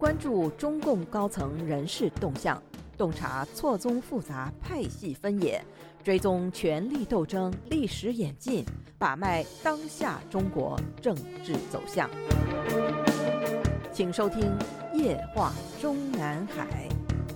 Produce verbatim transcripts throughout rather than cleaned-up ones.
关注中共高层人事动向，洞察错综复杂派系分野，追踪权力斗争历史演进，把脉当下中国政治走向。请收听《夜话中南海》。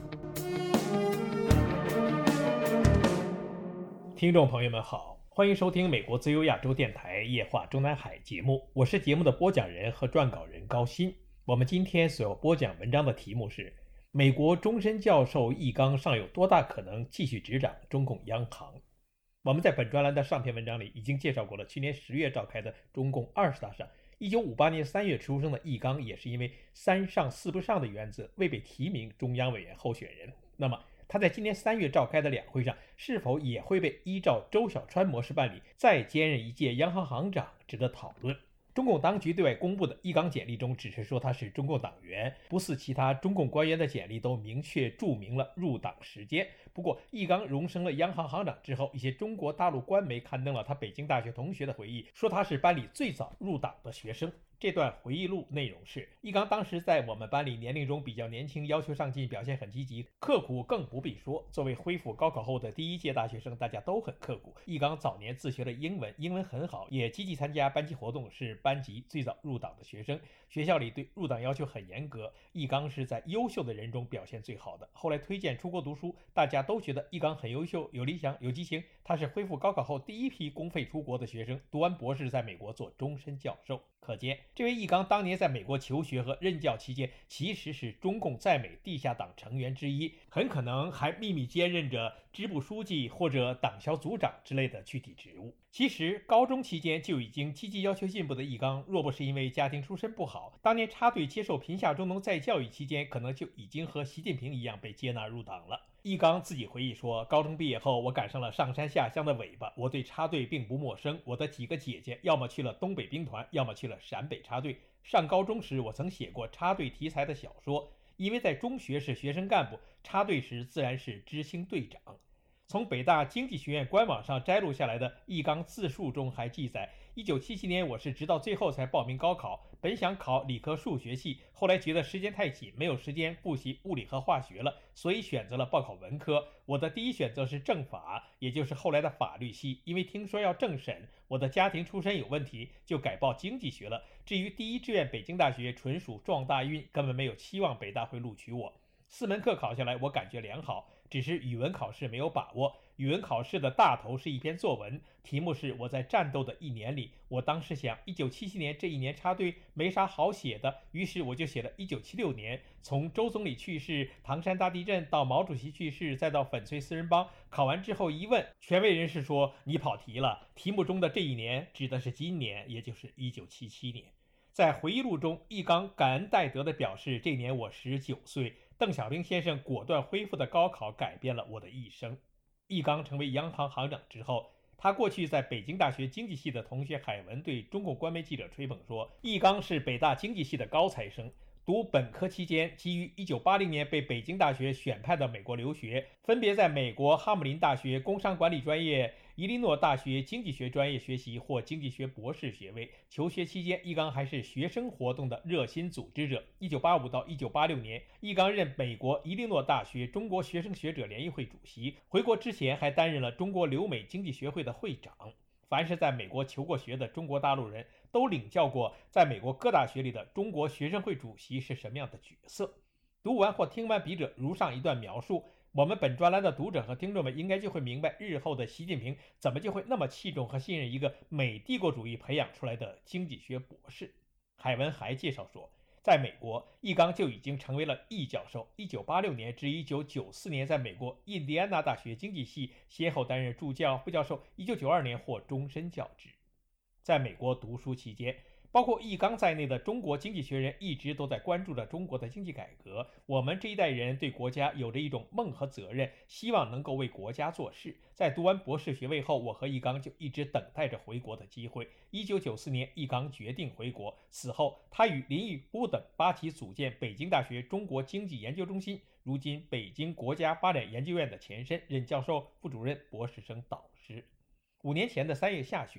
听众朋友们好，欢迎收听美国自由亚洲电台《夜话中南海》节目，我是节目的播讲人和撰稿人高鑫。我们今天所要播讲文章的题目是：美国终身教授易纲尚有多大可能继续执掌中共央行？我们在本专栏的上篇文章里已经介绍过了，去年十月召开的中共二十大上，一九五八年三月出生的易纲也是因为三上四不上的原则未被提名中央委员候选人。那么他在今年三月召开的两会上，是否也会被依照周小川模式办理，再兼任一届央行行长，值得讨论。中共当局对外公布的易纲简历中只是说他是中共党员，不似其他中共官员的简历都明确注明了入党时间。不过易纲荣升了央行行长之后，一些中国大陆官媒刊登了他北京大学同学的回忆，说他是班里最早入党的学生。这段回忆录内容是：易纲当时在我们班里年龄中比较年轻，要求上进，表现很积极，刻苦更不必说。作为恢复高考后的第一届大学生，大家都很刻苦。易纲早年自学了英文，英文很好，也积极参加班级活动，是班级最早入党的学生。学校里对入党要求很严格，易纲是在优秀的人中表现最好的。后来推荐出国读书，大家都觉得易纲很优秀，有理想，有激情。他是恢复高考后第一批公费出国的学生，读完博士在美国做终身教授。可见这位易纲当年在美国求学和任教期间，其实是中共在美地下党成员之一，很可能还秘密兼任着支部书记或者党校组长之类的具体职务。其实高中期间就已经积极要求进步的易纲，若不是因为家庭出身不好，当年插队接受贫下中农再教育期间，可能就已经和习近平一样被接纳入党了。易纲自己回忆说，高中毕业后我赶上了上山下乡的尾巴，我对插队并不陌生，我的几个姐姐要么去了东北兵团，要么去了陕北插队。上高中时我曾写过插队题材的小说，因为在中学是学生干部，插队时自然是知青队长。从北大经济学院官网上摘录下来的易纲自述中还记载，一九七七年我是直到最后才报名高考，本想考理科数学系，后来觉得时间太紧，没有时间复习物理和化学了，所以选择了报考文科。我的第一选择是政法，也就是后来的法律系，因为听说要政审，我的家庭出身有问题，就改报经济学了。至于第一志愿北京大学，纯属撞大运，根本没有期望北大会录取我。四门课考下来，我感觉良好，只是语文考试没有把握。语文考试的大头是一篇作文，题目是我在战斗的一年里。我当时想，一九七七年这一年插队没啥好写的，于是我就写了一九七六年，从周总理去世、唐山大地震到毛主席去世，再到粉碎四人帮。考完之后一问，权威人士说你跑题了，题目中的这一年指的是今年，也就是一九七七年。在回忆录中，易纲感恩戴德地表示，这年我十九岁，邓小平先生果断恢复的高考改变了我的一生。易纲成为央行行长之后，他过去在北京大学经济系的同学海文对中共官媒记者吹捧说，易纲是北大经济系的高材生，读本科期间基于一九八零年被北京大学选派到美国留学，分别在美国哈姆林大学工商管理专业、伊利诺大学经济学专业学习或经济学博士学位。求学期间，易纲还是学生活动的热心组织者。一九八五到一九八六年，易纲任美国伊利诺大学中国学生学者联谊会主席，回国之前还担任了中国留美经济学会的会长。凡是在美国求过学的中国大陆人都领教过在美国各大学里的中国学生会主席是什么样的角色。读完或听完笔者如上一段描述，我们本专栏的读者和听众们应该就会明白，日后的习近平怎么就会那么器重和信任一个美帝国主义培养出来的经济学博士。海文还介绍说，在美国，易纲就已经成为了易教授。一九八六年至一九九四年，在美国印第安纳大学经济系先后担任助教、副教授，一九九二年获终身教职。在美国读书期间，包括易纲在内的中国经济学人一直都在关注着中国的经济改革。我们这一代人对国家有着一种梦和责任，希望能够为国家做事。在读完博士学位后，我和易纲就一直等待着回国的机会。一九九四年，易纲决定回国，此后他与林毅夫等八起组建北京大学中国经济研究中心，如今北京国家发展研究院的前身，任教授、副主任、博士生导师。五年前的三月下旬，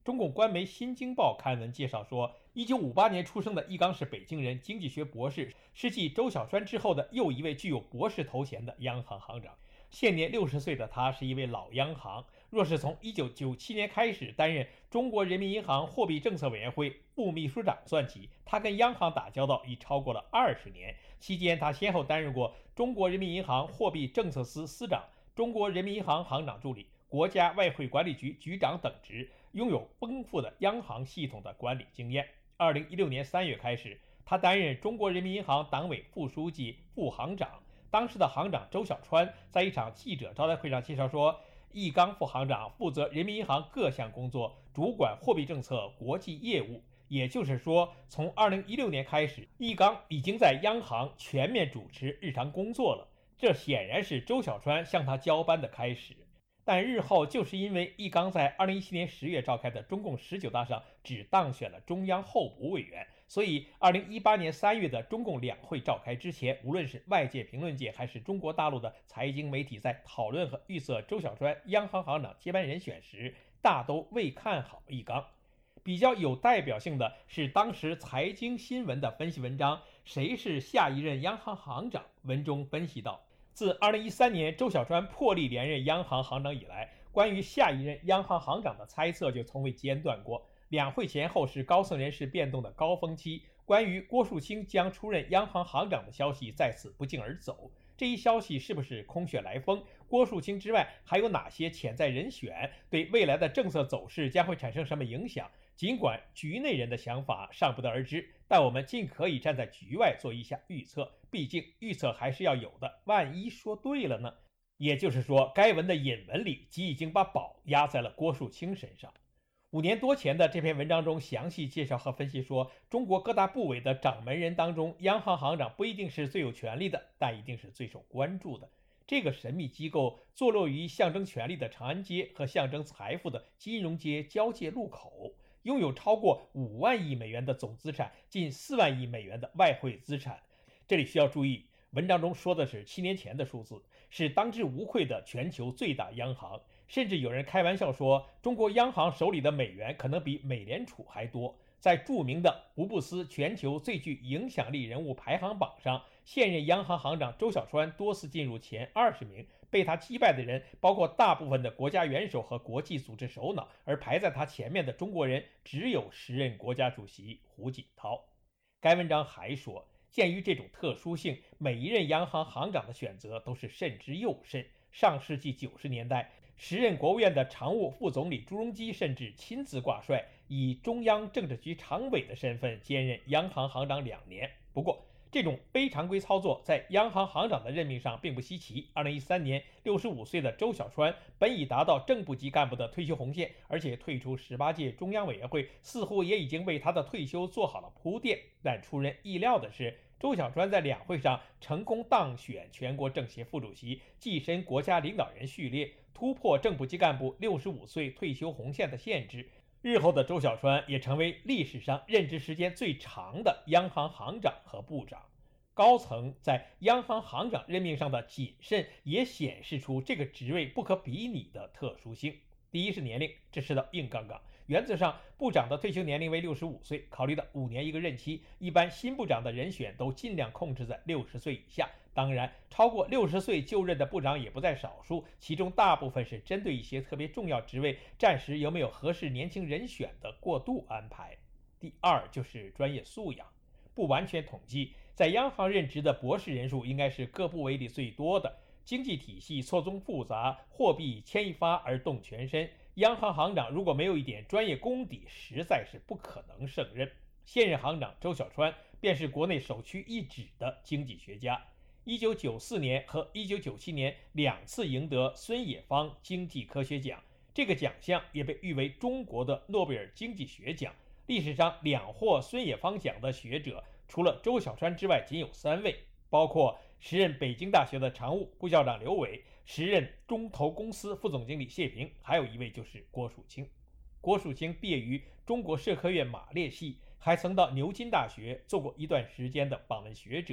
中共官媒《新京报》刊文介绍说，一九五八年出生的易纲是北京人，经济学博士，是继周小川之后的又一位具有博士头衔的央行行长。现年六十岁的他是一位老央行，若是从一九九七年开始担任中国人民银行货币政策委员会副秘书长算起，他跟央行打交道已超过了二十年。期间，他先后担任过中国人民银行货币政策司司长、中国人民银行行长助理、国家外汇管理局局长等职，拥有丰富的央行系统的管理经验。二零一六年三月开始，他担任中国人民银行党委副书记、副行长。当时的行长周小川在一场记者招待会上介绍说，易纲副行长负责人民银行各项工作，主管货币政策、国际业务。也就是说，从二零一六年开始，易纲已经在央行全面主持日常工作了。这显然是周小川向他交班的开始。但日后就是因为易纲在二零一七年十月召开的中共十九大上只当选了中央候补委员，所以二零一八年三月的中共两会召开之前，无论是外界评论界还是中国大陆的财经媒体，在讨论和预测周小川央行行长接班人选时，大都未看好易纲。比较有代表性的是当时财经新闻的分析文章《谁是下一任央行行长》，文中分析到，自二零一三年周小川破例连任央行行长以来，关于下一任央行行长的猜测就从未间断过。两会前后是高层人事变动的高峰期，关于郭树清将出任央行行长的消息再次不胫而走。这一消息是不是空穴来风？郭树清之外还有哪些潜在人选？对未来的政策走势将会产生什么影响？尽管局内人的想法尚不得而知，但我们尽可以站在局外做一下预测，毕竟预测还是要有的，万一说对了呢？也就是说，该文的引文里即已经把宝压在了郭树清身上。五年多前的这篇文章中详细介绍和分析说，中国各大部委的掌门人当中，央行行长不一定是最有权力的，但一定是最受关注的。这个神秘机构坐落于象征权力的长安街和象征财富的金融街交界路口，拥有超过五万亿美元的总资产，近四万亿美元的外汇资产。这里需要注意，文章中说的是七年前的数字，是当之无愧的全球最大央行。甚至有人开玩笑说，中国央行手里的美元可能比美联储还多。在著名的福布斯全球最具影响力人物排行榜上，现任央行行长周小川多次进入前二十名，被他击败的人包括大部分的国家元首和国际组织首脑，而排在他前面的中国人只有时任国家主席胡锦涛。该文章还说，鉴于这种特殊性，每一任央行行长的选择都是慎之又慎。上世纪九十年代，时任国务院的常务副总理朱镕基甚至亲自挂帅，以中央政治局常委的身份兼任央行行长两年。不过，这种非常规操作在央行行长的任命上并不稀奇。二零一三年，六十五岁的周小川本已达到正部级干部的退休红线，而且退出十八届中央委员会，似乎也已经为他的退休做好了铺垫。但出人意料的是，周小川在两会上成功当选全国政协副主席，跻身国家领导人序列，突破正部级干部六十五岁退休红线的限制。日后的周小川也成为历史上任职时间最长的央行行长和部长。高层在央行行长任命上的谨慎，也显示出这个职位不可比拟的特殊性。第一是年龄，这是道硬杠杠。原则上，部长的退休年龄为六十五岁，考虑到五年一个任期，一般新部长的人选都尽量控制在六十岁以下。当然，超过六十岁就任的部长也不在少数，其中大部分是针对一些特别重要职位，暂时有没有合适年轻人选的过渡安排。第二就是专业素养，不完全统计，在央行任职的博士人数应该是各部委里最多的。经济体系错综复杂，货币牵一发而动全身，央行行长如果没有一点专业功底，实在是不可能胜任。现任行长周小川便是国内首屈一指的经济学家，一九九四年和一九九七年两次赢得孙冶方经济科学奖，这个奖项也被誉为中国的诺贝尔经济学奖。历史上两获孙冶方奖的学者，除了周小川之外，仅有三位，包括时任北京大学的常务副校长刘伟，时任中投公司副总经理谢平，还有一位就是郭树清。郭树清毕业于中国社科院马列系，还曾到牛津大学做过一段时间的访问学者。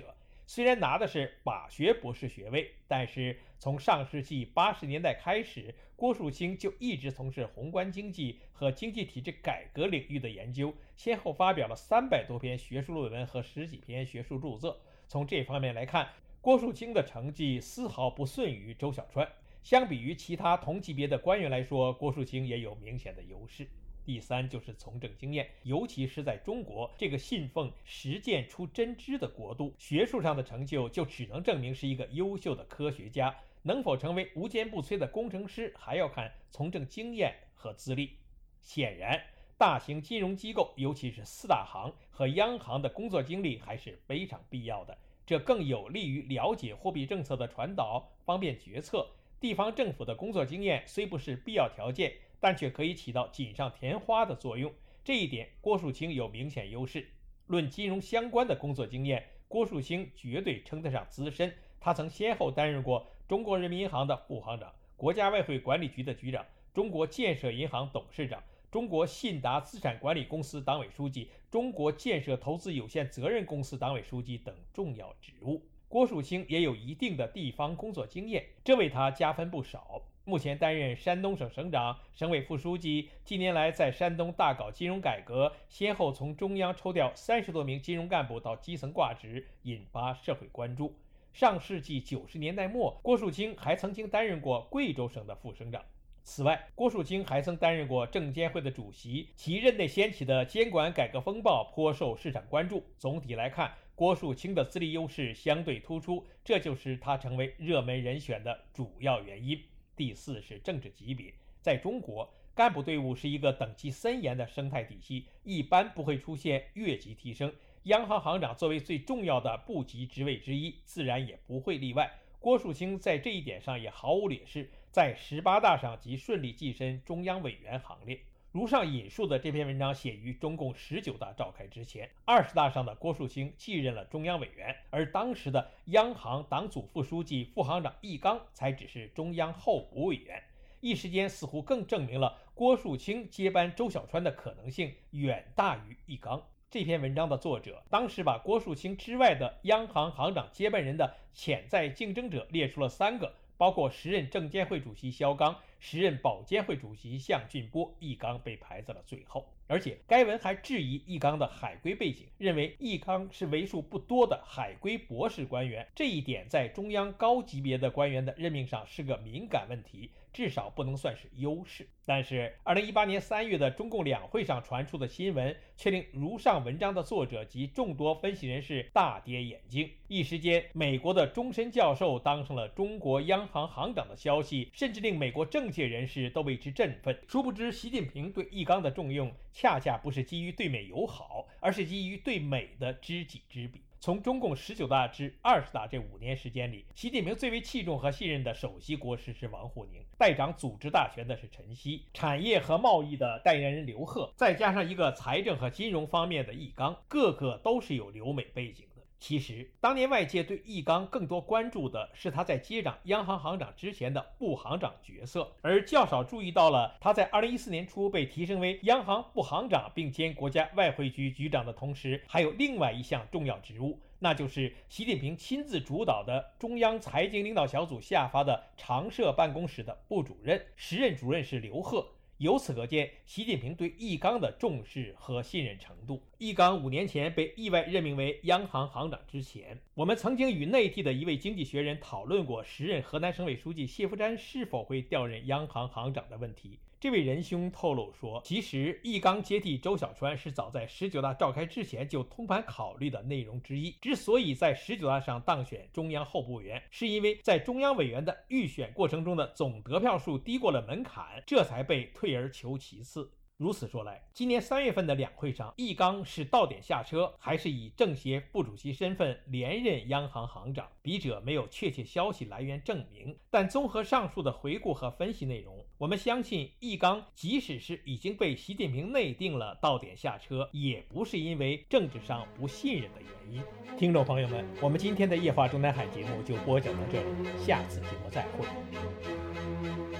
虽然拿的是法学博士学位，但是从上世纪八十年代开始，郭树清就一直从事宏观经济和经济体制改革领域的研究，先后发表了三百多篇学术论文和十几篇学术著作。从这方面来看，郭树清的成绩丝毫不逊于周小川。相比于其他同级别的官员来说，郭树清也有明显的优势。第三就是从政经验，尤其是在中国这个信奉实践出真知的国度，学术上的成就就只能证明是一个优秀的科学家，能否成为无坚不摧的工程师，还要看从政经验和资历。显然，大型金融机构，尤其是四大行和央行的工作经历还是非常必要的，这更有利于了解货币政策的传导，方便决策。地方政府的工作经验虽不是必要条件，但却可以起到锦上添花的作用，这一点郭树清有明显优势。论金融相关的工作经验，郭树清绝对称得上资深，他曾先后担任过中国人民银行的副行长、国家外汇管理局的局长、中国建设银行董事长、中国信达资产管理公司党委书记、中国建设投资有限责任公司党委书记等重要职务。郭树清也有一定的地方工作经验，这为他加分不少。目前担任山东省省长、省委副书记，近年来在山东大搞金融改革，先后从中央抽调三十多名金融干部到基层挂职，引发社会关注。上世纪九十年代末，郭树清还曾经担任过贵州省的副省长。此外，郭树清还曾担任过证监会的主席，其任内掀起的监管改革风暴颇受市场关注。总体来看，郭树清的资历优势相对突出，这就是他成为热门人选的主要原因。第四是政治级别，在中国，干部队伍是一个等级森严的生态体系，一般不会出现越级提升。央行行长作为最重要的部级职位之一，自然也不会例外。郭树清在这一点上也毫无劣势，在十八大上即顺利跻身中央委员行列。如上引述的这篇文章写于中共十九大召开之前，二十大上的郭树清继任了中央委员，而当时的央行党组副书记、副行长易纲才只是中央候补委员。一时间似乎更证明了郭树清接班周小川的可能性远大于易纲。这篇文章的作者当时把郭树清之外的央行行长接班人的潜在竞争者列出了三个，包括时任证监会主席肖钢、时任保监会主席项俊波，易纲被排在了最后。而且该文还质疑易纲的海归背景，认为易纲是为数不多的海归博士官员，这一点在中央高级别的官员的任命上是个敏感问题，至少不能算是优势。但是二零一八年三月的中共两会上传出的新闻，却令如上文章的作者及众多分析人士大跌眼镜。一时间，美国的终身教授当上了中国央行行长的消息，甚至令美国政界人士都为之振奋。殊不知，习近平对易纲的重用，恰恰不是基于对美友好，而是基于对美的知己知彼。从中共十九大至二十大这五年时间里，习近平最为器重和信任的首席国师是王沪宁，代掌组织大权的是陈希，产业和贸易的代言人刘鹤，再加上一个财政和金融方面的易纲，个个都是有留美背景的。其实，当年外界对易纲更多关注的是他在接掌央行行长之前的副行长角色，而较少注意到了他在二零一四年初被提升为央行副行长，并兼国家外汇局局长的同时，还有另外一项重要职务，那就是习近平亲自主导的中央财经领导小组下发的常设办公室的部主任，时任主任是刘鹤。由此可见，习近平对易纲的重视和信任程度。易纲五年前被意外任命为央行行长之前，我们曾经与内地的一位经济学人讨论过时任河南省委书记谢伏瞻是否会调任央行行长的问题。这位仁兄透露说，其实易纲接替周小川是早在十九大召开之前就通盘考虑的内容之一。之所以在十九大上当选中央候补委员，是因为在中央委员的预选过程中的总得票数低过了门槛，这才被退而求其次。如此说来，今年三月份的两会上，易纲是到点下车，还是以政协副主席身份连任央行行长，笔者没有确切消息来源证明。但综合上述的回顾和分析内容，我们相信易纲即使是已经被习近平内定了到点下车，也不是因为政治上不信任的原因。听众朋友们，我们今天的夜话中南海节目就播讲到这里，下次节目再会。